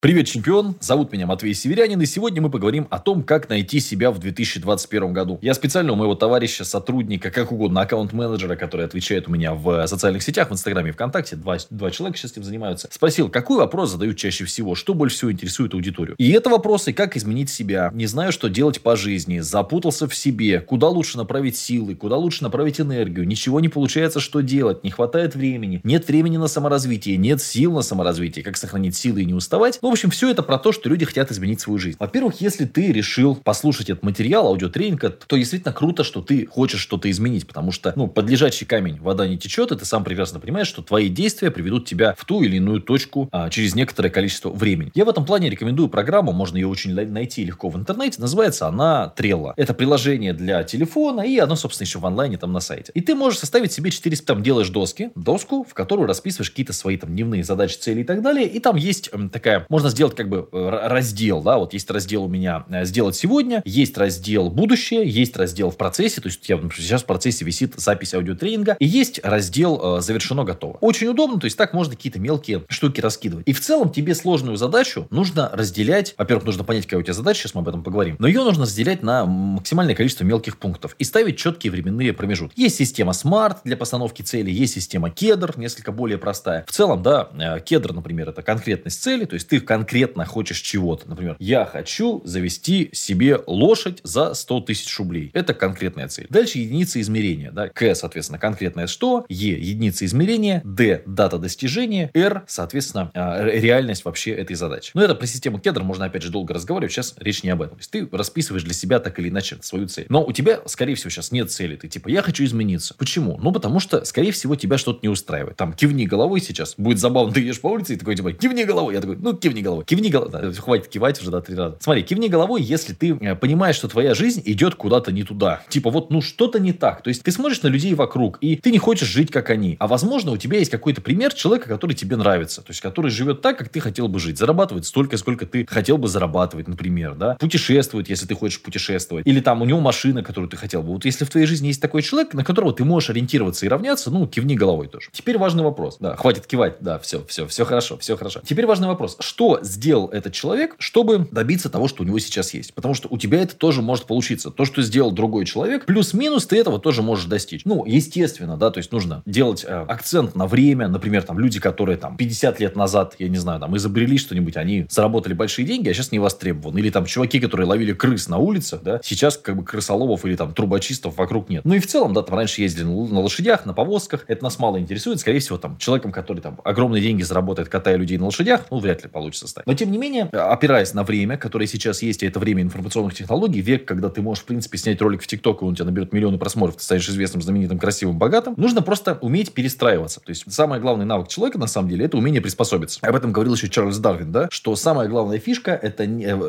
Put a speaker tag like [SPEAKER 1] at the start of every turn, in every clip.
[SPEAKER 1] Привет, чемпион! Зовут меня Матвей Северянин, и сегодня мы поговорим о том, как найти себя в 2021 году. Я специально у моего товарища, сотрудника, как угодно, аккаунт-менеджера, который отвечает у меня в социальных сетях, в Инстаграме и ВКонтакте, два человека сейчас этим занимаются, спросил, какой вопрос задают чаще всего, что больше всего интересует аудиторию. И это вопросы, как изменить себя, не знаю, что делать по жизни, запутался в себе, куда лучше направить силы, куда лучше направить энергию, ничего не получается, что делать, не хватает времени, нет времени на саморазвитие, нет сил на саморазвитие, как сохранить силы и не уставать. В общем, все это про то, что люди хотят изменить свою жизнь. Во-первых, если ты решил послушать этот материал, аудиотренинга, то действительно круто, что ты хочешь что-то изменить, потому что, под лежачий камень вода не течет, и ты сам прекрасно понимаешь, что твои действия приведут тебя в ту или иную точку через некоторое количество времени. Я в этом плане рекомендую программу, можно ее очень найти легко в интернете, называется она Trello. Это приложение для телефона, и оно, собственно, еще в онлайне там на сайте. И ты можешь составить себе 4, там делаешь доску, в которую расписываешь какие-то свои там дневные задачи, цели и так далее, и там есть такая, можно сделать как бы раздел, да, вот есть раздел у меня «Сделать сегодня», есть раздел «Будущее», есть раздел «В процессе», то есть сейчас в процессе висит запись аудиотренинга, и есть раздел «Завершено, готово». Очень удобно, то есть так можно какие-то мелкие штуки раскидывать. И в целом тебе сложную задачу нужно разделять, во-первых, нужно понять, какая у тебя задача, сейчас мы об этом поговорим, но ее нужно разделять на максимальное количество мелких пунктов и ставить четкие временные промежутки. Есть система SMART для постановки цели, есть система Кедр, несколько более простая. В целом, да, Кедр, например, это конкретность цели, то есть ты конкретно хочешь чего-то. Например, я хочу завести себе лошадь за 100 тысяч рублей. Это конкретная цель. Дальше единицы измерения. Да? К, соответственно, конкретное что. Е, единица измерения. Д, дата достижения. Р, соответственно, реальность вообще этой задачи. Но это про систему Кедр можно, опять же, долго разговаривать. Сейчас речь не об этом. То есть ты расписываешь для себя так или иначе свою цель. Но у тебя, скорее всего, сейчас нет цели. Ты типа, я хочу измениться. Почему? Потому что, скорее всего, тебя что-то не устраивает. Там, кивни головой сейчас. Будет забавно, ты идешь по улице и такой, типа, кивни головой. Я такой, кивни головой. Кивни головой. Да, хватит кивать уже, 3 раза. Смотри, кивни головой, если ты понимаешь, что твоя жизнь идет куда-то не туда. Типа, что-то не так. То есть, ты смотришь на людей вокруг, и ты не хочешь жить, как они. А возможно, у тебя есть какой-то пример человека, который тебе нравится. То есть, который живет так, как ты хотел бы жить. Зарабатывает столько, сколько ты хотел бы зарабатывать, например, да. Путешествует, если ты хочешь путешествовать. Или там у него машина, которую ты хотел бы. Вот если в твоей жизни есть такой человек, на которого ты можешь ориентироваться и равняться, кивни головой тоже. Теперь важный вопрос. Да, хватит кивать. Да, все хорошо. Теперь важный вопрос. Что сделал этот человек, чтобы добиться того, что у него сейчас есть? Потому что у тебя это тоже может получиться. То, что сделал другой человек, плюс-минус ты этого тоже можешь достичь. Естественно, да, то есть нужно делать акцент на время. Например, там люди, которые там 50 лет назад, я не знаю, там изобрели что-нибудь, они заработали большие деньги, а сейчас не востребованы. Или там чуваки, которые ловили крыс на улицах, да, сейчас как бы крысоловов или там трубочистов вокруг нет. И в целом, да, там раньше ездили на лошадях, на повозках. Это нас мало интересует. Скорее всего, там человеком, который там огромные деньги заработает, катая людей на лошадях, вряд ли получится стать. Но тем не менее, опираясь на время, которое сейчас есть, и это время информационных технологий, век, когда ты можешь, в принципе, снять ролик в ТикТок, и он у тебя наберет миллионы просмотров, ты станешь известным, знаменитым, красивым, богатым, нужно просто уметь перестраиваться. То есть, самый главный навык человека, на самом деле, это умение приспособиться. Об этом говорил еще Чарльз Дарвин, да, что самая главная фишка, это,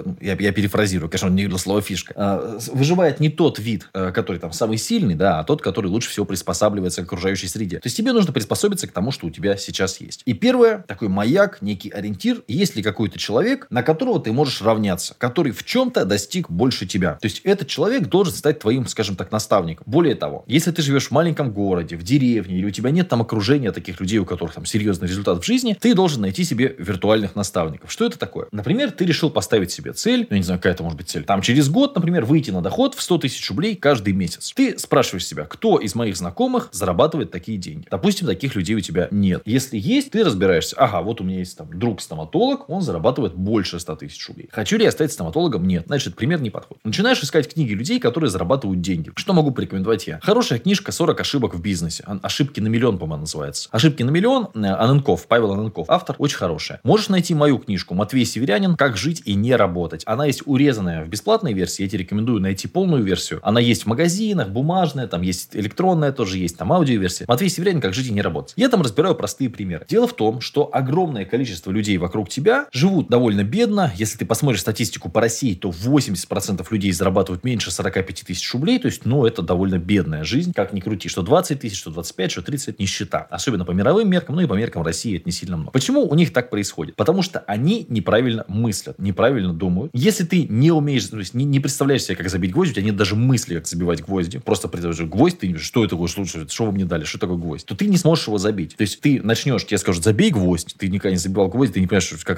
[SPEAKER 1] я перефразирую, конечно, он не говорил слово фишка, выживает не тот вид, который там самый сильный, да, а тот, который лучше всего приспосабливается к окружающей среде. То есть, тебе нужно приспособиться к тому, что у тебя сейчас есть. И первое, такой маяк, некий ориентир, есть ли какой-то человек, на которого ты можешь равняться, который в чем-то достиг больше тебя. То есть, этот человек должен стать твоим, скажем так, наставником. Более того, если ты живешь в маленьком городе, в деревне, или у тебя нет там окружения таких людей, у которых там серьезный результат в жизни, ты должен найти себе виртуальных наставников. Что это такое? Например, ты решил поставить себе цель, я не знаю, какая это может быть цель, там через год, например, выйти на доход в 100 тысяч рублей каждый месяц. Ты спрашиваешь себя, кто из моих знакомых зарабатывает такие деньги? Допустим, таких людей у тебя нет. Если есть, ты разбираешься, вот у меня есть там друг-стоматолог, он зарабатывает больше 100 тысяч рублей. Хочу ли я стать стоматологом? Нет. Значит, пример не подходит. Начинаешь искать книги людей, которые зарабатывают деньги. Что могу порекомендовать я? Хорошая книжка «40 ошибок в бизнесе». «Ошибки на миллион», по-моему, называется. «Ошибки на миллион». Аненков, Павел Аненков. Автор очень хорошая. Можешь найти мою книжку «Матвей Северянин. Как жить и не работать». Она есть урезанная в бесплатной версии. Я тебе рекомендую найти полную версию. Она есть в магазинах, бумажная, там есть электронная, тоже есть там аудиоверсия. «Матвей Северянин. Как жить и не работать». Я там разбираю простые примеры. Дело в том, что огромное количество людей вокруг тебя живут довольно бедно. Если ты посмотришь статистику по России, то 80% людей зарабатывают меньше 45 тысяч рублей. То есть, это довольно бедная жизнь. Как ни крути. Что 20 тысяч, что 25, что 30 – это нищета. Особенно по мировым меркам, и по меркам России это не сильно много. Почему у них так происходит? Потому что они неправильно мыслят, неправильно думают. Если ты не умеешь, то есть не представляешь себе, как забить гвоздь, у тебя нет даже мысли, как забивать гвозди. Просто представляешь гвоздь, ты что это такое, слушай, что вы мне дали, что такое гвоздь? То ты не сможешь его забить. То есть, ты начнешь, тебе скажут, забей гвоздь, ты никогда не забивал гвоздь, ты не понимаешь, как это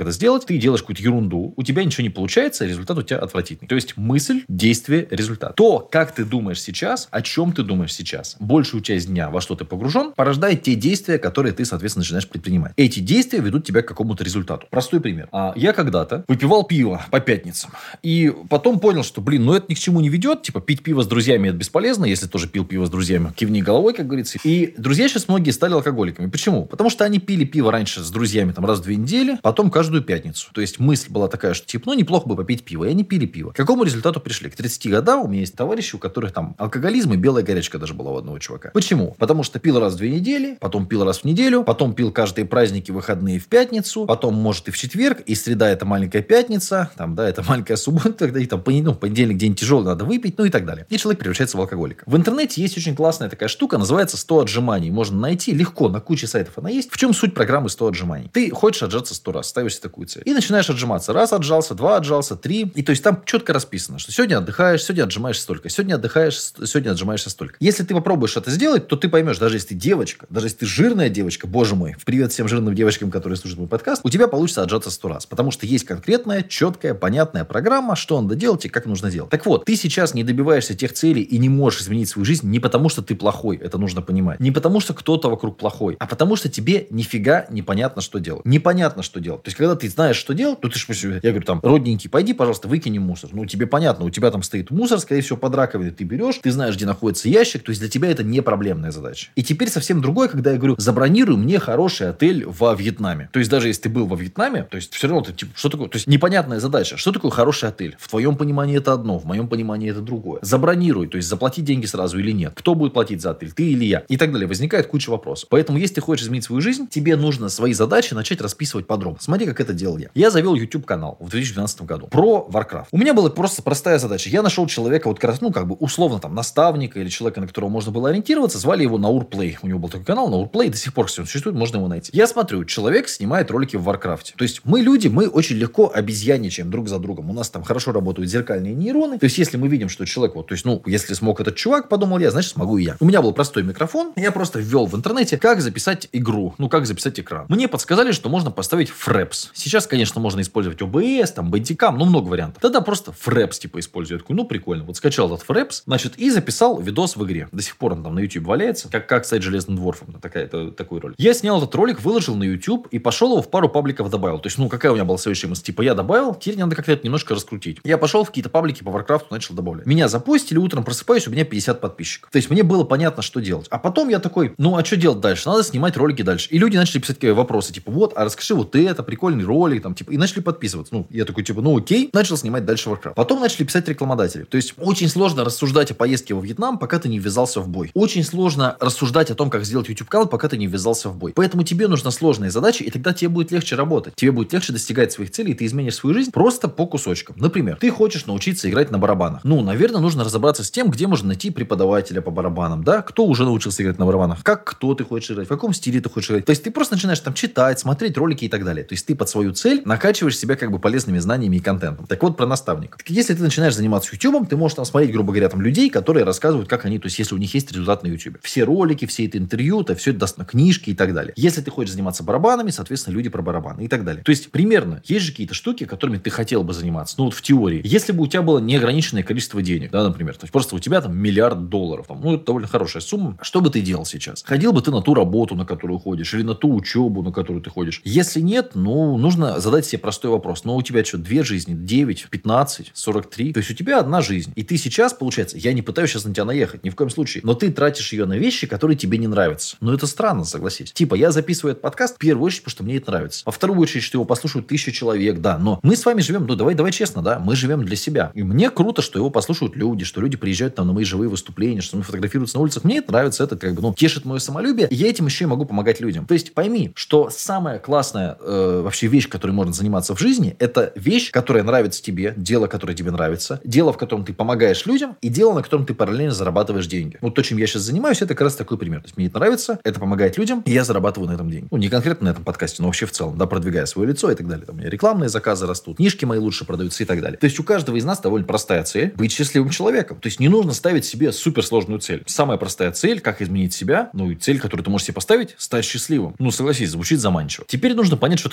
[SPEAKER 1] это сделать, ты делаешь какую-то ерунду, у тебя ничего не получается, результат у тебя отвратительный. То есть мысль, действие, результат. То, как ты думаешь сейчас, о чем ты думаешь сейчас, большую часть дня, во что ты погружен, порождает те действия, которые ты, соответственно, начинаешь предпринимать. Эти действия ведут тебя к какому-то результату. Простой пример. Я когда-то выпивал пиво по пятницам. И потом понял, что, это ни к чему не ведет. Типа, пить пиво с друзьями это бесполезно. Если тоже пил пиво с друзьями, кивни головой, как говорится. И друзья сейчас многие стали алкоголиками. Почему? Потому что они пили пиво раньше с друзьями раз в 2 недели, потом каждую пятницу. То есть мысль была такая, что неплохо бы попить пиво. И они пили пиво. К какому результату пришли? К 30 годам у меня есть товарищи, у которых там алкоголизм и белая горячка даже была у одного чувака. Почему? Потому что пил раз в 2 недели, потом пил раз в неделю, потом пил каждые праздники, выходные в пятницу, потом, может, и в четверг, и среда это маленькая пятница, это маленькая суббота, и понедельник день тяжелый, надо выпить, и так далее. И человек превращается в алкоголика. В интернете есть очень классная такая штука, называется 100 отжиманий. Можно найти легко, на куче сайтов она есть. В чем суть программы 100 отжиманий? Ты хочешь отжаться 100 раз, ставишь себе такую цель. И начинаешь отжиматься. Раз отжался, 2 отжался, 3. И то есть там четко расписано, что сегодня отдыхаешь, сегодня отжимаешься столько, сегодня отдыхаешь, сегодня отжимаешься столько. Если ты попробуешь это сделать, то ты поймешь, даже если ты девочка, даже если ты жирная девочка, боже мой, привет всем жирным девочкам, которые слушают мой подкаст, у тебя получится отжаться 100 раз. Потому что есть конкретная, четкая, понятная программа, что надо делать и как нужно делать. Так вот, ты сейчас не добиваешься тех целей и не можешь изменить свою жизнь не потому, что ты плохой, это нужно понимать. Не потому, что кто-то вокруг плохой, а потому, что тебе нифига непонятно, что делать. Непонятно, что делать. То есть, когда ты знаешь, что делать, то ты же, я говорю, родненький, пойди, пожалуйста, выкини мусор. Тебе понятно, у тебя там стоит мусор, скорее всего, под раковиной ты берешь, ты знаешь, где находится ящик, то есть для тебя это не проблемная задача. И теперь совсем другое, когда я говорю, забронируй мне хороший отель во Вьетнаме. То есть, даже если ты был во Вьетнаме, то есть, все равно ты, что такое, то есть, непонятная задача. Что такое хороший отель? В твоем понимании это одно, в моем понимании это другое. Забронируй, то есть, заплати деньги сразу или нет. Кто будет платить за отель, ты или я? И так далее. Возникает куча вопросов. Поэтому, если ты хочешь изменить свою жизнь, тебе нужно свои задачи начать расписывать подробно. Смотри, как это делал я. Я завел YouTube-канал в 2012 году про Warcraft. У меня была просто простая задача. Я нашел человека, условно, наставника или человека, на которого можно было ориентироваться. Звали его Наурплей. У него был такой канал, Наурплей. До сих пор, если он существует, можно его найти. Я смотрю, человек снимает ролики в Warcraft. То есть, мы люди, мы очень легко обезьяничаем друг за другом. У нас там хорошо работают зеркальные нейроны. То есть, если мы видим, что человек, если смог этот чувак, подумал я, значит, смогу и я. У меня был простой микрофон. Я просто ввел в интернете, как записать игру. Как записать экран. Мне подсказали, что можно поставить Fraps. Сейчас, конечно, можно использовать OBS, Bandicam, много вариантов. Тогда просто Fraps, использую. Я такой, прикольно. Скачал этот Fraps, и записал видос в игре. До сих пор он там на YouTube валяется. Как стать железным дворфом. Такой ролик. Я снял этот ролик, выложил на YouTube и пошел его в пару пабликов добавил. То есть, какая у меня была следующая мысль? Я добавил, теперь надо как-то это немножко раскрутить. Я пошел в какие-то паблики по Warcraft, начал добавлять. Меня запостили, утром просыпаюсь, у меня 50 подписчиков. То есть, мне было понятно, что делать. А потом я такой, а что делать дальше? Надо снимать ролики дальше. И люди начали писать вопросы, а расскажи это, прикольный ролик, и начали подписываться. Я такой, окей, начал снимать дальше Warcraft. Потом начали писать рекламодатели. То есть, очень сложно рассуждать о поездке во Вьетнам, пока ты не ввязался в бой. Очень сложно рассуждать о том, как сделать YouTube-канал, пока ты не ввязался в бой. Поэтому тебе нужны сложные задачи, и тогда тебе будет легче работать. Тебе будет легче достигать своих целей, и ты изменишь свою жизнь просто по кусочкам. Например, ты хочешь научиться играть на барабанах. Наверное, нужно разобраться с тем, где можно найти преподавателя по барабанам, да? Кто уже научился играть на барабанах? Кто ты хочешь играть? В каком стиле ты хочешь играть? То есть, ты просто начинаешь читать, смотреть ролики и так далее. То есть, ты под свою цель накачиваешь себя полезными знаниями и контентом. Так вот, про наставников. Если ты начинаешь заниматься YouTube, ты можешь смотреть, грубо говоря, людей, которые рассказывают, как они, то есть, если у них есть результат на YouTube. Все ролики, все это интервью, все это даст на книжки и так далее. Если ты хочешь заниматься барабанами, соответственно, люди про барабаны и так далее. То есть, примерно, есть же какие-то штуки, которыми ты хотел бы заниматься. В теории. Если бы у тебя было неограниченное количество денег, да, например, то есть, просто у тебя $1 миллиард. Это довольно хорошая сумма. Что бы ты делал сейчас? Ходил бы ты на ту работу, на которую ходишь, или на ту учебу, на которую ты ходишь? Если нет, нужно задать себе простой вопрос. У тебя что, 2 жизни? 9, 15, 43? То есть, у тебя одна жизнь. И ты сейчас, получается, я не пытаюсь сейчас на тебя наехать, ни в коем случае, но ты тратишь ее на вещи, которые тебе не нравятся. Это странно, согласись. Я записываю этот подкаст в первую очередь, потому что мне это нравится. Во вторую очередь, что его послушают 1000 человек, да. Но мы с вами живем, давай честно, да, мы живем для себя. И мне круто, что его послушают люди, что люди приезжают на мои живые выступления, что мы фотографируются на улицах. Мне это нравится, это тешит мое самолюбие. И я этим еще и могу помогать людям. То есть, пойми, что самая классная вообще вещь, которой можно заниматься в жизни, это вещь, которая нравится тебе, дело, которое тебе нравится, дело, в котором ты помогаешь людям, и дело, на котором ты параллельно зарабатываешь деньги. То, чем я сейчас занимаюсь, это как раз такой пример. То есть, мне это нравится, это помогает людям, и я зарабатываю на этом деньги. Не конкретно на этом подкасте, но вообще в целом, да, продвигая свое лицо и так далее. У меня рекламные заказы растут, книжки мои лучше продаются и так далее. То есть, у каждого из нас довольно простая цель — быть счастливым человеком. То есть, не нужно ставить себе суперсложную цель. Самая простая цель — как изменить себя, и цель, которую ты можешь себе поставить — стать счастливым. Согласись, звучит заманчиво. Теперь нужно понять, что такое счастье.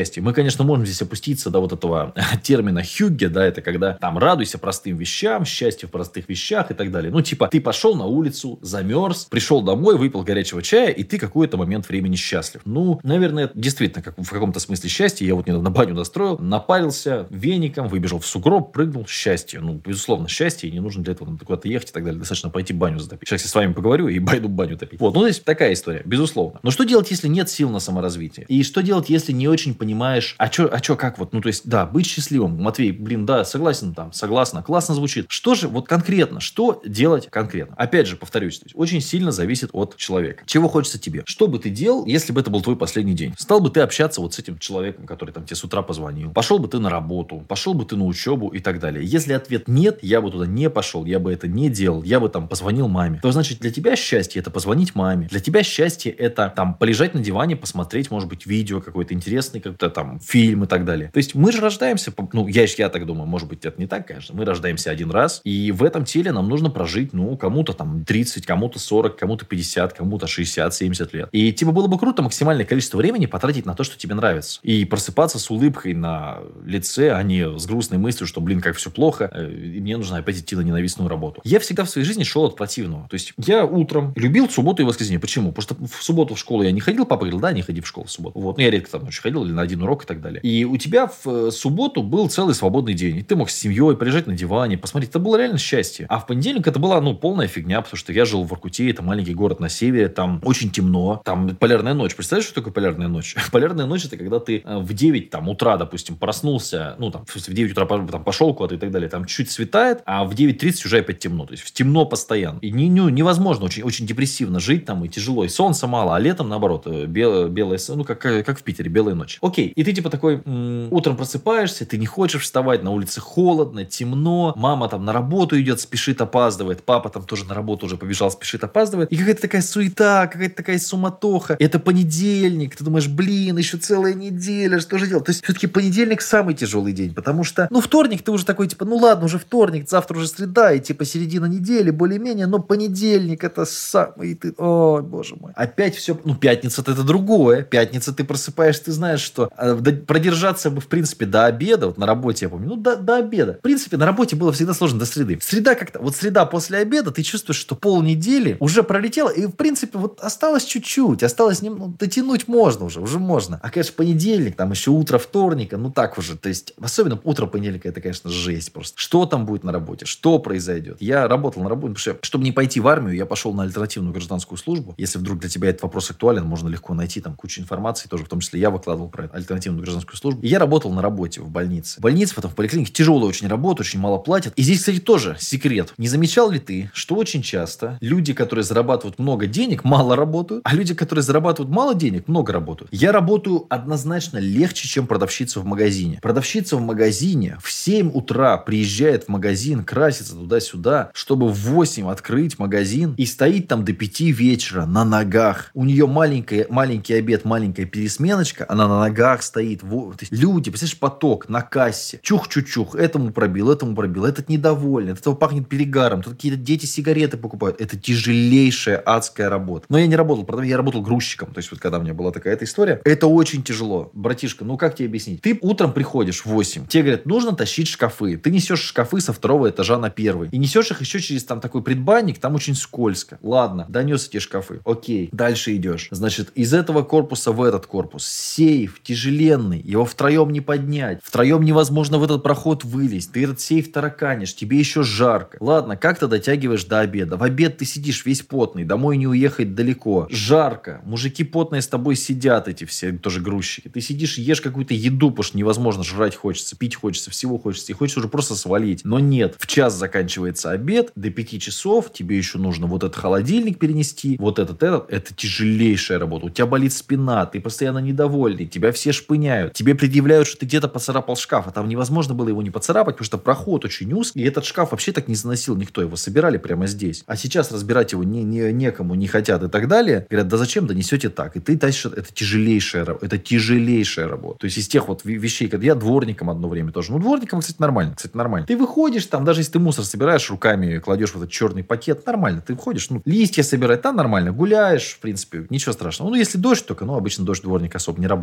[SPEAKER 1] счастье? Мы, конечно, можем здесь опуститься до вот этого термина хюгге, да, это когда там радуйся простым вещам, счастье в простых вещах и так далее. Ну, типа, ты пошел на улицу, замерз, пришел домой, выпил горячего чая, и ты какой-то момент времени счастлив. Ну, наверное, это действительно как в каком-то смысле счастье. Я вот недавно баню достроил, напарился веником, выбежал в сугроб, прыгнул. Счастье. Ну, безусловно, счастье, и не нужно для этого куда-то ехать и так далее. Достаточно пойти баню затопить. Сейчас я с вами поговорю и пойду баню топить. Вот, ну, здесь такая история, безусловно. Но что делать, если нет сил на саморазвитие? И что делать, если не очень понимаешь, как вот, ну, то есть, да, быть счастливым. Матвей, блин, да, согласен там, согласна, классно звучит. Что же вот конкретно, что делать конкретно? Опять же, повторюсь, то есть, очень сильно зависит от человека. Чего хочется тебе? Что бы ты делал, если бы это был твой последний день? Стал бы ты общаться вот с этим человеком, который там тебе с утра позвонил? Пошел бы ты на работу? Пошел бы ты на учебу и так далее? Если ответ нет, я бы туда не пошел, я бы это не делал, я бы там позвонил маме, то значит для тебя счастье это позвонить маме, для тебя счастье это там полежать на диване, посмотреть, может быть, видео какое-то интересное, как-то там фильм и так далее. То есть мы же рождаемся, ну я так думаю, может быть это не так, конечно, мы рождаемся один раз, и в этом теле нам нужно прожить, ну кому-то там 30, кому-то 40, кому-то 50, кому-то 60, 70 лет. И типа было бы круто максимальное количество времени потратить на то, что тебе нравится. И просыпаться с улыбкой на лице, а не с грустной мыслью, что, блин, как все плохо, и мне нужно опять идти на ненавистную работу. Я всегда в своей жизни шел от противного. То есть я утром любил субботу и воскресенье. Почему? Потому что в субботу в школу я не ходил. Папа говорил, да, не ходи в школу в субботу. Вот. Ну, я редко там ночью ходил или на один урок и так далее. И у тебя в субботу был целый свободный день. И ты мог с семьей полежать на диване, посмотреть. Это было реально счастье. А в понедельник это была, ну, полная фигня, потому что я жил в Воркуте, это маленький город на севере, там очень темно, там полярная ночь. Представляешь, что такое полярная ночь? Полярная ночь это когда ты в 9 там, утра, допустим, проснулся, ну, там, в 9 утра там, пошел куда-то и так далее, там чуть светает, а в 9:30 уже опять темно. То есть темно постоянно. И невозможно, очень, очень депрессивно жить там, и тяжело, и солнца мало, а летом, наоборот, белое, ну, как в Питере, белая ночь. Окей, и ты типа такой, утром просыпаешься, ты не хочешь вставать, на улице холодно, темно, мама там на работу идет, спешит, опаздывает, папа там тоже на работу уже побежал, спешит, опаздывает, и какая-то такая суета, какая-то такая суматоха, это понедельник, ты думаешь, блин, еще целая неделя, что же делать? То есть, все-таки понедельник самый тяжелый день, потому что, ну, вторник ты уже такой, типа, ну, ладно, уже вторник, завтра уже среда, и, типа, середина недели, более-менее, но понедельник это самый, ты, ой, боже мой. Опять все, ну, пятница-то это другое, пятница ты просыпаешься, ты знаешь, что продержаться бы, в принципе, до обеда, вот на работе, я помню, ну, до обеда. В принципе, на работе было всегда сложно до среды. Среда как-то, вот среда после обеда, ты чувствуешь, что полнедели уже пролетела, и, в принципе, вот осталось чуть-чуть, осталось дотянуть можно уже можно. А, конечно, понедельник, там еще утро вторника, ну, так уже, то есть, особенно утро понедельника, это, конечно, жесть просто. Что там будет на работе, что произойдет? Я работал на работе, потому что, чтобы не пойти в армию, я пошел на альтернативную гражданскую службу. Если вдруг для тебя этот вопрос актуален, можно легко найти там кучу информации, тоже в том числе я выкладывал про альтернативную гражданскую службу. И я работал на работе в больнице. В больнице, потом в поликлинике тяжелая очень работа, очень мало платят. И здесь, кстати, тоже секрет. Не замечал ли ты, что очень часто люди, которые зарабатывают много денег, мало работают, а люди, которые зарабатывают мало денег, много работают? Я работаю однозначно легче, чем продавщица в магазине. Продавщица в магазине в 7 утра приезжает в магазин, красится туда-сюда, чтобы в 8 открыть магазин и стоит там до 5 вечера на ногах. У нее маленький обед, маленькая пересменочка, она на ногах стоит. Люди, представляешь, поток на кассе. Чух-чух-чух, этому пробил, этот недовольный, от этого пахнет перегаром, тут какие-то дети сигареты покупают. Это тяжелейшая адская работа. Но я не работал продавцом, я работал грузчиком. То есть вот когда у меня была такая эта история, это очень тяжело. Братишка, ну как тебе объяснить? Ты утром приходишь в 8, тебе говорят, нужно тащить шкафы. Ты несешь шкафы со 2 этажа на 1. И несешь их еще через там такой предбанник, там очень скользко. Ладно, донес эти шкафы. Окей, дальше идешь. Значит, из этого корпуса в этот корпус. Сейф тяжеленный, его втроем не поднять. Втроем невозможно в этот проход вылезть. Ты этот сейф тараканишь, тебе еще жарко. Ладно, как ты дотягиваешь до обеда? В обед ты сидишь весь потный, домой не уехать далеко. Жарко, мужики потные с тобой сидят, эти все тоже грузчики. Ты сидишь, ешь какую-то еду, потому что невозможно, жрать хочется, пить хочется, всего хочется. И хочется уже просто свалить. Но нет, в час заканчивается обед, до 5 часов тебе еще нужно вот этот холодильник перенести, вот этот. Это тяжелейшая работа. У тебя болит спина, ты постоянно недовольный, тебя все шпыняют. Тебе предъявляют, что ты где-то поцарапал шкаф, а там невозможно было его не поцарапать, потому что проход очень узкий, и этот шкаф вообще так не заносил никто, его собирали прямо здесь. А сейчас разбирать его некому, не хотят и так далее. Говорят, да зачем, донесете так. И ты тащишь, это тяжелейшая работа. То есть из тех вот вещей, когда я дворником одно время тоже. Ну, дворником, кстати, нормально. Ты выходишь там, даже если ты мусор собираешь руками, кладешь в этот черный пакет, нормально. Ты входишь, ну, листья собирать, там нормально. Гуляешь, в принципе, ничего страшного. Ну, если дождь только, ну, обычно дождь дворник особо не работает. Нормально.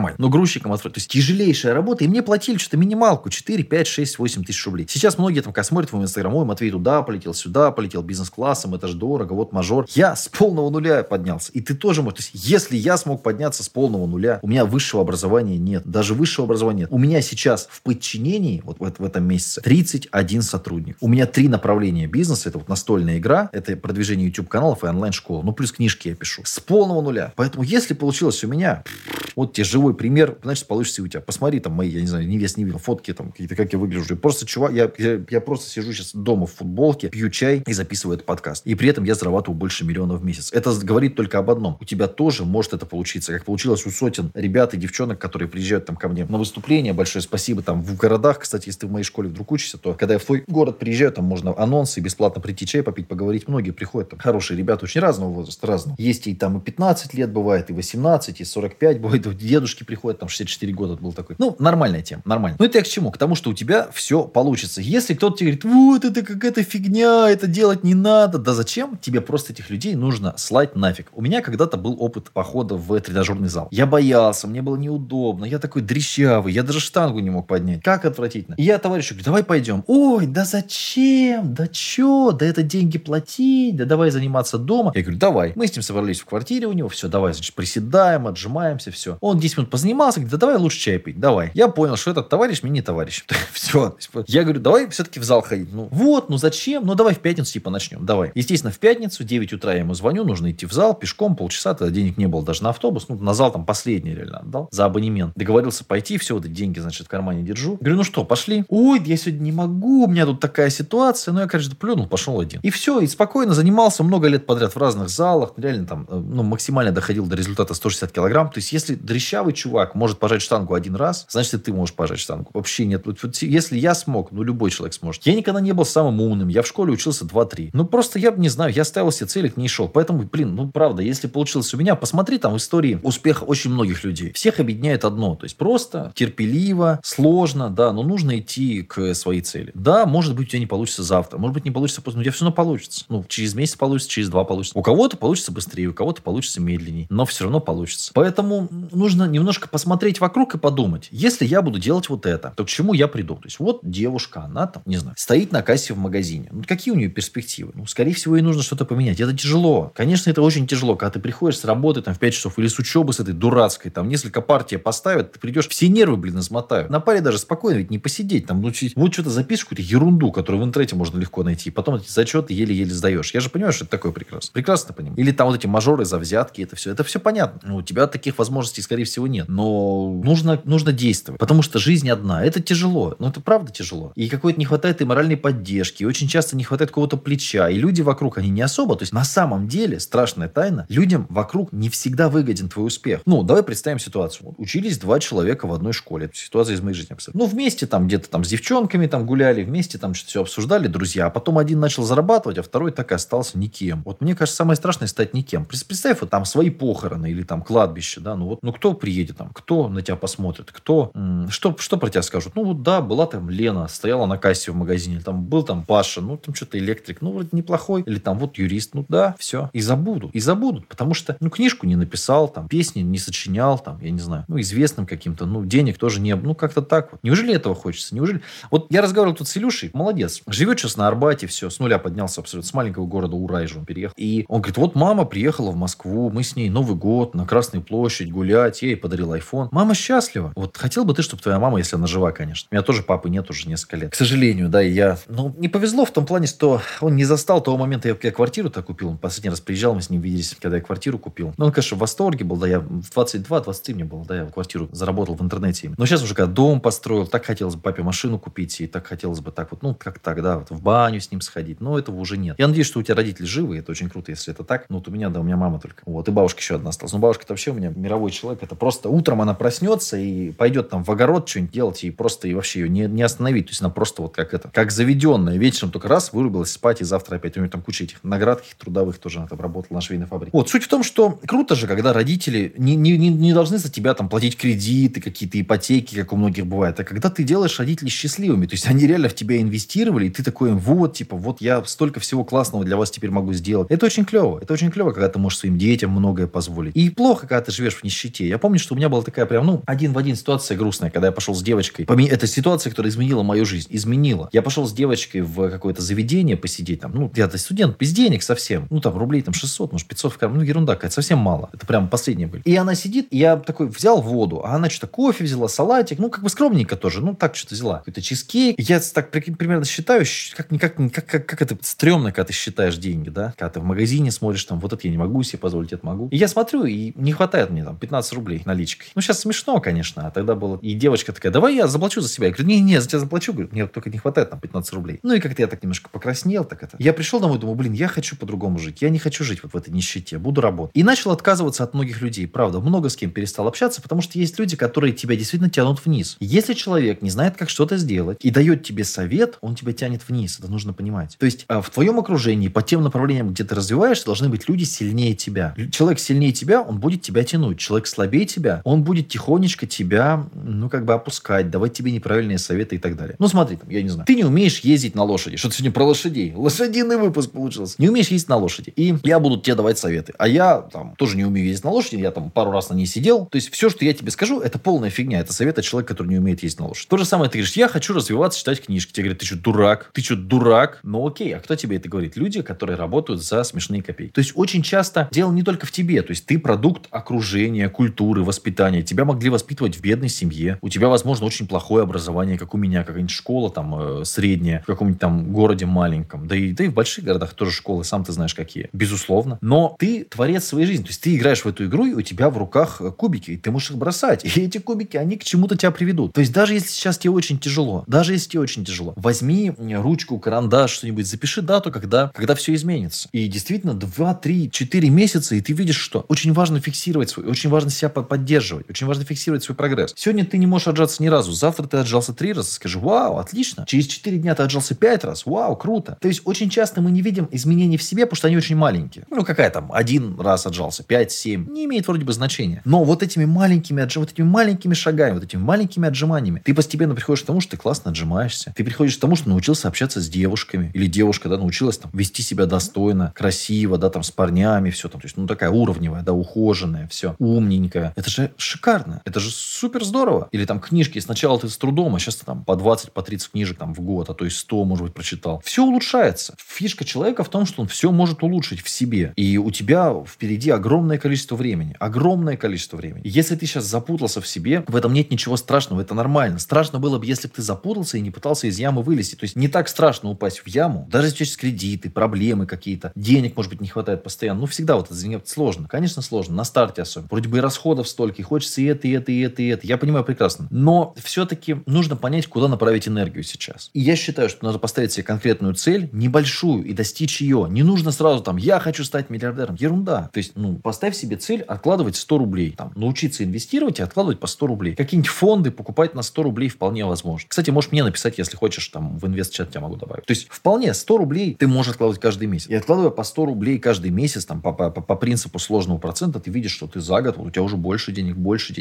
[SPEAKER 1] нормально. Но грузчиком отправить. То есть тяжелейшая работа. И мне платили что-то минималку. 4, 5, 6, 8 тысяч рублей. Сейчас многие там смотрят в Инстаграм. Ой, Матвей туда полетел, сюда полетел, бизнес-классом. Это же дорого. Вот мажор. Я с полного нуля поднялся. И ты тоже можешь. То есть если я смог подняться с полного нуля, у меня высшего образования нет. Даже высшего образования нет. У меня сейчас в подчинении, вот в этом месяце, 31 сотрудник. У меня 3 направления бизнеса. Это вот настольная игра, это продвижение YouTube-каналов и онлайн-школа. Ну, плюс книжки я пишу. С полного нуля. Поэтому, если получилось у меня, вот тебе живой пример, значит, получится и у тебя. Посмотри там мои, я не знаю, не видел, фотки там какие-то, как я выгляжу. Просто чувак, я просто сижу сейчас дома в футболке, пью чай и записываю этот подкаст. И при этом я зарабатываю больше миллиона в месяц. Это говорит только об одном. У тебя тоже может это получиться. Как получилось у сотен ребят и девчонок, которые приезжают там ко мне на выступление. Большое спасибо. Там в городах, кстати, если ты в моей школе вдруг учишься, то когда я в твой город приезжаю, там можно анонсы, бесплатно прийти чай попить, поговорить. Многие приходят, там хорошие ребята, очень разного возраста, разного. Есть и там и 15 лет бывает, и 18, и 45 бывает. Дедушки приходят, там 64 года был такой. Ну, нормальная тема, нормально. Но это я к чему? К тому, что у тебя все получится. Если кто-то тебе говорит, вот это какая-то фигня, это делать не надо. Да зачем? Тебе просто этих людей нужно слать нафиг. У меня когда-то был опыт похода в тренажерный зал. Я боялся, мне было неудобно, я такой дрищавый, я даже штангу не мог поднять. Как отвратительно. И я товарищу говорю, давай пойдем. Ой, да зачем? Да че? Да это деньги платить, да давай заниматься дома. Я говорю, давай. Мы с ним собрались в квартире у него, все, давай, значит, приседаем, отжимаемся, все. Он 10 минут позанимался, говорит, да давай лучше чай пить, давай. Я понял, что этот товарищ мне не товарищ. Все. Я говорю, давай все-таки в зал ходить. Ну вот, ну зачем? Ну давай в пятницу типа начнем, давай. Естественно, в пятницу, 9 утра я ему звоню, нужно идти в зал пешком, полчаса, тогда денег не было даже на автобус. Ну, на зал там последний реально отдал за абонемент. Договорился пойти, все, вот эти деньги, значит, в кармане держу. Говорю, ну что, пошли? Ой, я сегодня не могу, у меня тут такая ситуация. Ну, я, конечно, плюнул, пошел один. И все, и спокойно занимался много лет подряд в разных залах. Реально там, ну, максимально доходил до результата 160 килограмм. То есть, если дрищавый чувак может пожать штангу один раз, значит, и ты можешь пожать штангу. Вообще нет. Вот, если я смог, ну, любой человек сможет. Я никогда не был самым умным. Я в школе учился 2-3. Ну, просто я не знаю, я ставил себе цели, к ней шел. Поэтому, блин, ну, правда, если получилось у меня, посмотри там истории успеха очень многих людей. Всех объединяет одно. То есть, просто терпеливо, сложно, да, но нужно идти к своей цели. Да, может быть, у тебя не получится завтра. Может быть, не получится поздно. Но у тебя все равно получится. Ну, через месяц получится, через 2 получится. У кого-то получится быстрее, у кого-то получится медленнее. Но все равно получится. Поэтому нужно немножко посмотреть вокруг и подумать. Если я буду делать вот это, то к чему я приду? То есть, вот девушка, она там, не знаю, стоит на кассе в магазине. Ну, какие у нее перспективы? Ну, скорее всего, ей нужно что-то поменять. Это тяжело. Конечно, это очень тяжело. Когда ты приходишь с работы там в 5 часов или с учебы с этой дурацкой, там несколько партий поставят, ты придешь, все нервы, блин, измотают. На паре даже спокойно ведь не посидеть. Там, вот что-то запишешь, какую-то ерунду, которую в интернете можно легко найти. И потом эти зачеты еле-еле сдаешь. Я же понимаю, что это такое прекрасно. Прекрасно понимаю. Или там вот эти мажоры за взятки, это все понятно. Ну, у тебя таких возможностей, скорее всего, нет. Но нужно действовать. Потому что жизнь одна. Это тяжело. Ну, это правда тяжело. И какой-то не хватает и моральной поддержки. И очень часто не хватает какого-то плеча. И люди вокруг, они не особо. То есть, на самом деле, страшная тайна, людям вокруг не всегда выгоден твой успех. Ну, давай представим ситуацию. Вот, учились 2 человека в одной школе. Это ситуация из моей жизни абсолютно. Ну, вместе там где-то там с девчонками там гуляли, вместе там что-то все обсуждали, друзья. А потом один начал зарабатывать, а второй так и остался никем. Вот мне кажется, самое страшное стать никем. Представь, вот там свои похороны или там кладбище, да, ну вот, ну кто приедет там, кто на тебя посмотрит, кто, что про тебя скажут? Ну вот да, была там Лена, стояла на кассе в магазине, или там был там Паша, ну там что-то электрик, ну вроде неплохой, или там вот юрист, ну да, все. И забудут, потому что, ну, книжку не написал, там, песни не сочинял, там, я не знаю, ну, известным каким-то, ну, денег тоже не было, ну, как-то так вот. Неужели этого хочется? Неужели? Вот я разговаривал тут с Илюшей, молодец, живет сейчас на Арбате, все, с нуля поднялся абсолютно, с маленького города Урай же он переехал. И он говорит, вот мама приехала в Москву, мы с ней Новый год на Красной площадь гулять, я ей подарил айфон. Мама счастлива. Вот хотел бы ты, чтобы твоя мама, если она жива, конечно. У меня тоже папы нет уже несколько лет. К сожалению, да, и я, ну, не повезло в том плане, что он не застал того момента, я квартиру-то купил. Он последний раз приезжал, мы с ним виделись, когда я квартиру купил. Ну, он, конечно, в восторге был, да, я в 22-23 мне было, да, я квартиру заработал в интернете. Но сейчас уже когда дом построил, так хотелось бы папе машину купить, и так хотелось бы так вот, ну, как так, да, вот в баню с ним сходить. Но этого уже нет. Я надеюсь, что у тебя родители живы, это очень круто, если это так. Ну, вот у меня, да, у меня мама только. Вот, и бабушка еще одна осталась. Но бабушка-то вообще у меня мировой человек. Это просто утром она проснется и пойдет там в огород что-нибудь делать, и просто и вообще ее не остановить. То есть она просто вот как заведенная. Вечером только раз вырубилась спать, и завтра опять. У нее там куча этих наград трудовых тоже она там работала на швейной фабрике. Вот, суть в том, что круто же, когда родители не должны за тебя там платить кредиты, какие-то ипотеки, как у многих бывает. А когда ты делаешь родителей счастливыми, то есть они реально в тебя инвестировали, и ты такой, вот, типа, вот я столько всего классного для вас теперь могу сделать. Это очень клево. Это очень клево, когда ты можешь своим детям многое позволить. И плохо, когда ты живешь в нищете. Я помню, что что у меня была такая прям, один в один ситуация грустная, когда я пошел с девочкой. Это ситуация, которая изменила мою жизнь. Изменила. Я пошел с девочкой в какое-то заведение посидеть там. Я-то студент, без денег совсем. Рублей там 600, может 500 в карман. Ерунда какая-то, совсем мало. Это прям последние были. И она сидит, и я такой взял воду, а она что-то кофе взяла, салатик, скромненько тоже. Так что-то взяла. Какой-то чизкейк. Я так примерно считаю, как это стрёмно, когда ты считаешь деньги, да? Когда ты в магазине смотришь, там, вот это я не могу себе позволить, это могу. И я смотрю, и не хватает мне там 15 рублей наличкой. Сейчас смешно, конечно, а тогда было... И девочка такая, давай я заплачу за себя. Я говорю, не, за тебя заплачу. Говорю, мне только не хватает там 15 рублей. И как-то я так немножко покраснел, так это. Я пришел домой, думаю, я хочу по-другому жить. Я не хочу жить вот в этой нищете. Буду работать. И начал отказываться от многих людей. Правда, много с кем перестал общаться, потому что есть люди, которые тебя действительно тянут вниз. Если человек не знает, как что-то сделать, и дает тебе совет, он тебя тянет вниз. Это нужно понимать. То есть в твоем окружении, по тем направлениям, где ты развиваешься, должны быть люди сильнее тебя. Человек сильнее тебя, он будет тебя тянуть. Человек слабее тебя, он будет тихонечко тебя, опускать, давать тебе неправильные советы и так далее. Смотри, я не знаю. Ты не умеешь ездить на лошади. Что-то сегодня про лошадей. Лошадиный выпуск получился. Не умеешь ездить на лошади. И я буду тебе давать советы. А я тоже не умею ездить на лошади. Я пару раз на ней сидел. То есть все, что я тебе скажу, это полная фигня. Это совет от человека, который не умеет ездить на лошади. То же самое ты говоришь, я хочу развиваться, читать книжки. Тебе говорят, ты что, дурак? Ты что, дурак? Окей, а кто тебе это говорит? Люди, которые работают за смешные копейки. То есть очень часто дело не только в тебе. То есть ты продукт окружения, культуры, воспитания. Тебя могли воспитывать в бедной семье. У тебя, возможно, очень плохое образование, как у меня, какая-нибудь школа средняя, в каком-нибудь городе маленьком. Да и в больших городах тоже школы, сам ты знаешь какие. Безусловно. Но ты творец своей жизни. То есть ты играешь в эту игру, и у тебя в руках кубики, и ты можешь их бросать. И эти кубики, они к чему-то тебя приведут. То есть даже если сейчас тебе очень тяжело, возьми ручку, карандаш, что-нибудь, запиши дату, когда все изменится. И действительно 2, 3, 4 месяца, и ты видишь, что очень важно фиксировать очень важно себя поддерживать, очень важно фиксировать свой прогресс. Сегодня ты не можешь отжаться ни разу, завтра ты отжался 3 раза, скажи, вау, отлично. Через 4 дня ты отжался 5 раз, вау, круто. То есть очень часто мы не видим изменений в себе, потому что они очень маленькие. Какая там, 1 раз отжался, 5, 7, не имеет вроде бы значения. Но вот этими маленькими шагами, вот этими маленькими отжиманиями, ты постепенно приходишь к тому, что ты классно отжимаешься. Ты приходишь к тому, что научился общаться с девушками. Или девушка, научилась вести себя достойно, красиво, с парнями, все там. То есть, такая уровневая, ухоженная, все, умненькая. Это же шикарно. Это же супер здорово. Или книжки. Сначала ты с трудом, а сейчас ты по 20, по 30 книжек в год, а то и 100, может быть, прочитал. Все улучшается. Фишка человека в том, что он все может улучшить в себе. И у тебя впереди огромное количество времени. Огромное количество времени. И если ты сейчас запутался в себе, в этом нет ничего страшного. Это нормально. Страшно было бы, если бы ты запутался и не пытался из ямы вылезти. То есть не так страшно упасть в яму. Даже если у тебя есть кредиты, проблемы какие-то, денег, может быть, не хватает постоянно. Всегда это занимать сложно. Конечно, сложно. На старте особенно. Вроде бы и расходов столько, и хочется и это, и это, и это, и это. Я понимаю прекрасно. Но все-таки нужно понять, куда направить энергию сейчас. И я считаю, что надо поставить себе конкретную цель, небольшую, и достичь ее. Не нужно сразу я хочу стать миллиардером. Ерунда. То есть, поставь себе цель откладывать 100 рублей. Научиться инвестировать и откладывать по 100 рублей. Какие-нибудь фонды покупать на 100 рублей вполне возможно. Кстати, можешь мне написать, если хочешь, в инвест-чат тебя могу добавить. То есть, вполне 100 рублей ты можешь откладывать каждый месяц. И откладывая по 100 рублей каждый месяц, по принципу сложного процента, ты видишь, что ты за год, у тебя уже больше денег.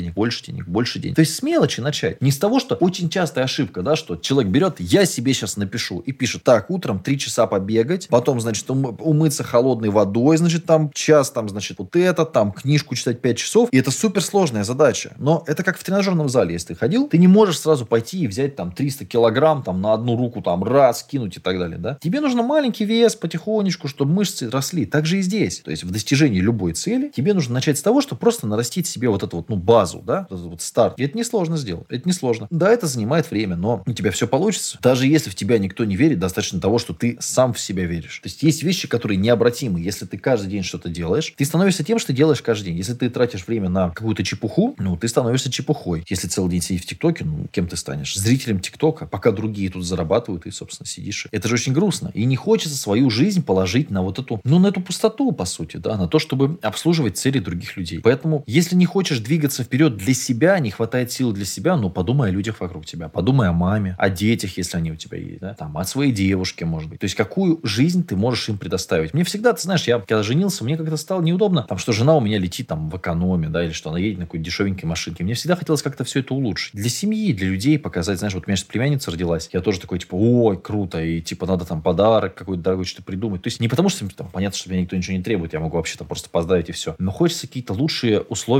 [SPEAKER 1] То есть, с мелочи начать. Не с того, что очень частая ошибка, что человек берет, я себе сейчас напишу, и пишет, утром 3 часа побегать, потом, умыться холодной водой, час, вот это, книжку читать 5 часов. И это суперсложная задача. Но это как в тренажерном зале, если ты ходил, ты не можешь сразу пойти и взять 300 килограмм на одну руку, раз, кинуть и так далее, да? Тебе нужно маленький вес, потихонечку, чтобы мышцы росли. Так же и здесь. То есть, в достижении любой цели тебе нужно начать с того, что просто нарастить себе эту базу, да? Этот старт. И это несложно сделать. Это несложно. Да, это занимает время, но у тебя все получится. Даже если в тебя никто не верит, достаточно того, что ты сам в себя веришь. То есть, есть вещи, которые необратимы. Если ты каждый день что-то делаешь, ты становишься тем, что делаешь каждый день. Если ты тратишь время на какую-то чепуху, ты становишься чепухой. Если целый день сидишь в ТикТоке, кем ты станешь? Зрителем ТикТока, пока другие тут зарабатывают, и, собственно, сидишь. Это же очень грустно. И не хочется свою жизнь положить на на эту пустоту, по сути, да, на то, чтобы обслуживать цели других людей. Поэтому, если не хочешь двигаться вперед для себя, не хватает сил для себя, подумай о людях вокруг тебя. Подумай о маме, о детях, если они у тебя есть, да, о своей девушке, может быть. То есть, какую жизнь ты можешь им предоставить. Мне всегда, ты знаешь, я когда женился, мне как-то стало неудобно, что жена у меня летит в экономе, да, или что она едет на какой-то дешевенькой машинке. Мне всегда хотелось как-то все это улучшить. Для семьи, для людей показать, знаешь, у меня сейчас племянница родилась, я тоже такой, ой, круто, и надо подарок какой-то дорогой что-то придумать. То есть, не потому что понятно, что меня никто ничего не требует, я могу вообще просто поздравить и все. Но хочется какие-то лучшие условия создать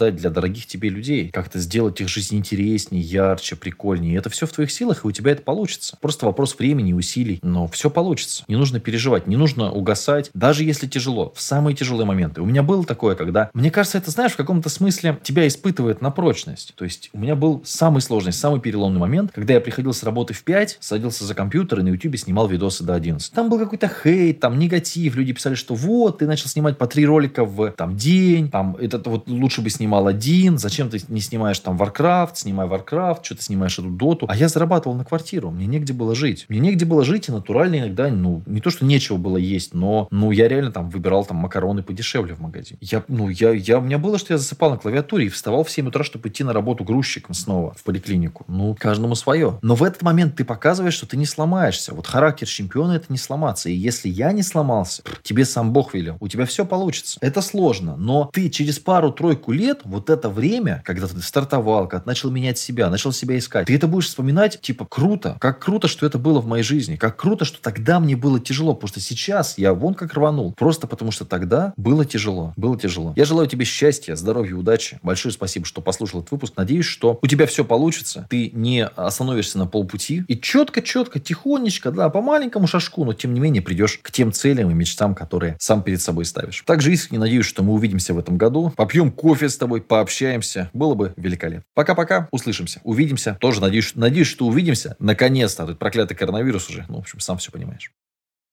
[SPEAKER 1] создать для дорогих тебе людей, как-то сделать их жизнь интереснее, ярче, прикольнее. Это все в твоих силах, и у тебя это получится. Просто вопрос времени и усилий. Но все получится. Не нужно переживать, не нужно угасать, даже если тяжело, в самые тяжелые моменты. У меня было такое, когда, мне кажется, это, знаешь, в каком-то смысле тебя испытывает на прочность. То есть у меня был самый сложный, самый переломный момент, когда я приходил с работы в 5, садился за компьютер и на YouTube снимал видосы до 11. Там был какой-то хейт, там негатив. Люди писали, что вот, ты начал снимать по 3 ролика в там, день, там, это вот лучше бы снимал один, зачем ты не снимаешь там Warcraft, снимай Warcraft, что ты снимаешь эту доту. А я зарабатывал на квартиру, мне негде было жить. Мне негде было жить, и натурально иногда, не то, что нечего было есть, но, я реально там выбирал там макароны подешевле в магазине. У меня было, что я засыпал на клавиатуре и вставал в 7 утра, чтобы идти на работу грузчиком снова в поликлинику. Каждому свое. Но в этот момент ты показываешь, что ты не сломаешься. Вот характер чемпиона — это не сломаться. И если я не сломался, тебе сам Бог велел. У тебя все получится. Это сложно, но ты через пару-тройку лет, вот это время, когда ты стартовал, когда начал менять себя, начал себя искать, ты это будешь вспоминать, типа, круто. Как круто, что это было в моей жизни. Как круто, что тогда мне было тяжело. Потому что сейчас я вон как рванул. Просто потому что тогда было тяжело. Было тяжело. Я желаю тебе счастья, здоровья, удачи. Большое спасибо, что послушал этот выпуск. Надеюсь, что у тебя все получится. Ты не остановишься на полпути. И четко, тихонечко, да, по маленькому шажку, но тем не менее придешь к тем целям и мечтам, которые сам перед собой ставишь. Также искренне надеюсь, что мы увидимся в этом году. Попьем кофе с тобой, пообщаемся. Было бы великолепно. Пока-пока. Услышимся. Увидимся. Тоже надеюсь, что увидимся. Наконец-то. Тут проклятый коронавирус уже. В общем, сам все понимаешь.